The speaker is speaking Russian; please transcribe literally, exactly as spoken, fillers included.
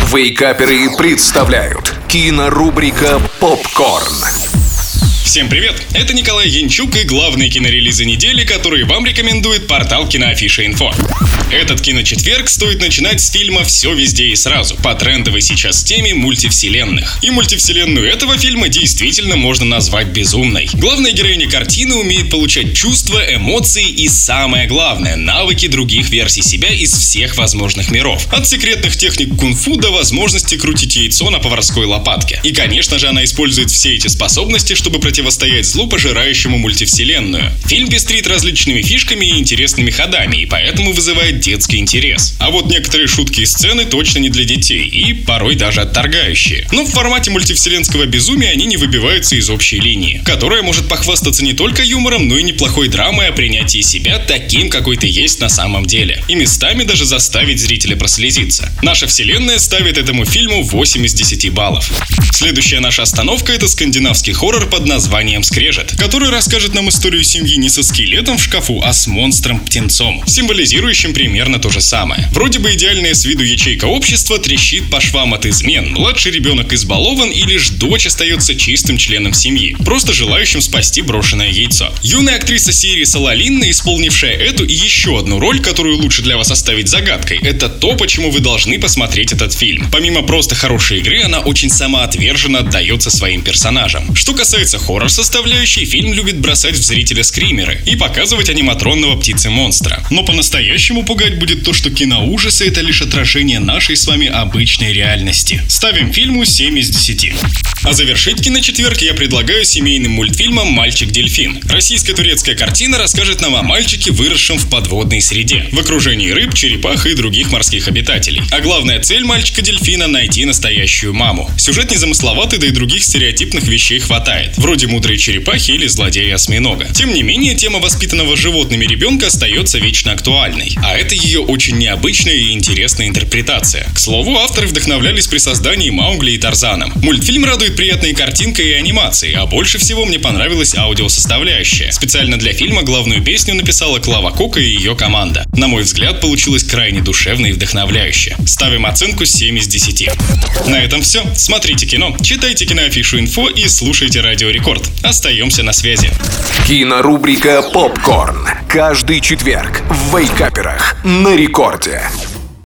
Вейкаперы представляют кинорубрика «Попкорн». Всем привет! Это Николай Янчук и главные кинорелизы недели, которые вам рекомендует портал Киноафиша точка инфо. Этот киночетверг стоит начинать с фильма «Все везде и сразу» по трендовой сейчас теме мультивселенных. И мультивселенную этого фильма действительно можно назвать безумной. Главная героиня картины умеет получать чувства, эмоции и, самое главное, навыки других версий себя из всех возможных миров. От секретных техник кунг-фу до возможности крутить яйцо на поварской лопатке. И, конечно же, она использует все эти способности, чтобы противостоять противостоять злу, пожирающему мультивселенную. Фильм пестрит различными фишками и интересными ходами, и поэтому вызывает детский интерес. А вот некоторые шутки и сцены точно не для детей, и порой даже отторгающие. Но в формате мультивселенского безумия они не выбиваются из общей линии, которая может похвастаться не только юмором, но и неплохой драмой о принятии себя таким, какой ты есть на самом деле. И местами даже заставить зрителя прослезиться. Наша вселенная ставит этому фильму восемь из десяти баллов. Следующая наша остановка — это скандинавский хоррор под названием названием «Скрежет», который расскажет нам историю семьи не со скелетом в шкафу, а с монстром-птенцом, символизирующим примерно то же самое. Вроде бы идеальная с виду ячейка общества трещит по швам от измен, младший ребенок избалован и лишь дочь остается чистым членом семьи, просто желающим спасти брошенное яйцо. Юная актриса серии Салалинна, исполнившая эту и еще одну роль, которую лучше для вас оставить загадкой, это то, почему вы должны посмотреть этот фильм. Помимо просто хорошей игры, она очень самоотверженно отдается своим персонажам. Что касается хоррор-составляющей, фильм любит бросать в зрителя скримеры и показывать аниматронного птицы-монстра. Но по-настоящему пугать будет то, что киноужасы — это лишь отражение нашей с вами обычной реальности. Ставим фильму семь из десяти. А завершить киночетверг я предлагаю семейным мультфильмом «Мальчик-дельфин». Российско-турецкая картина расскажет нам о мальчике, выросшем в подводной среде, в окружении рыб, черепах и других морских обитателей. А главная цель мальчика-дельфина — найти настоящую маму. Сюжет незамысловатый, да и других стереотипных вещей хватает, вроде мудрые черепахи или злодея-осьминога. Тем не менее, тема воспитанного животными ребенка остается вечно актуальной. А это ее очень необычная и интересная интерпретация. К слову, авторы вдохновлялись при создании Маугли и Тарзана. Мультфильм радует приятной картинкой и анимацией, а больше всего мне понравилась аудиосоставляющая. Специально для фильма главную песню написала Клава Кока и ее команда. На мой взгляд, получилось крайне душевно и вдохновляюще. Ставим оценку семь из десяти. На этом все. Смотрите кино, читайте Киноафишу точка инфо и слушайте Радио Рекорд. Остаемся на связи. Кинорубрика «Попкорн». Каждый четверг в Вейкаперах на Рекорде.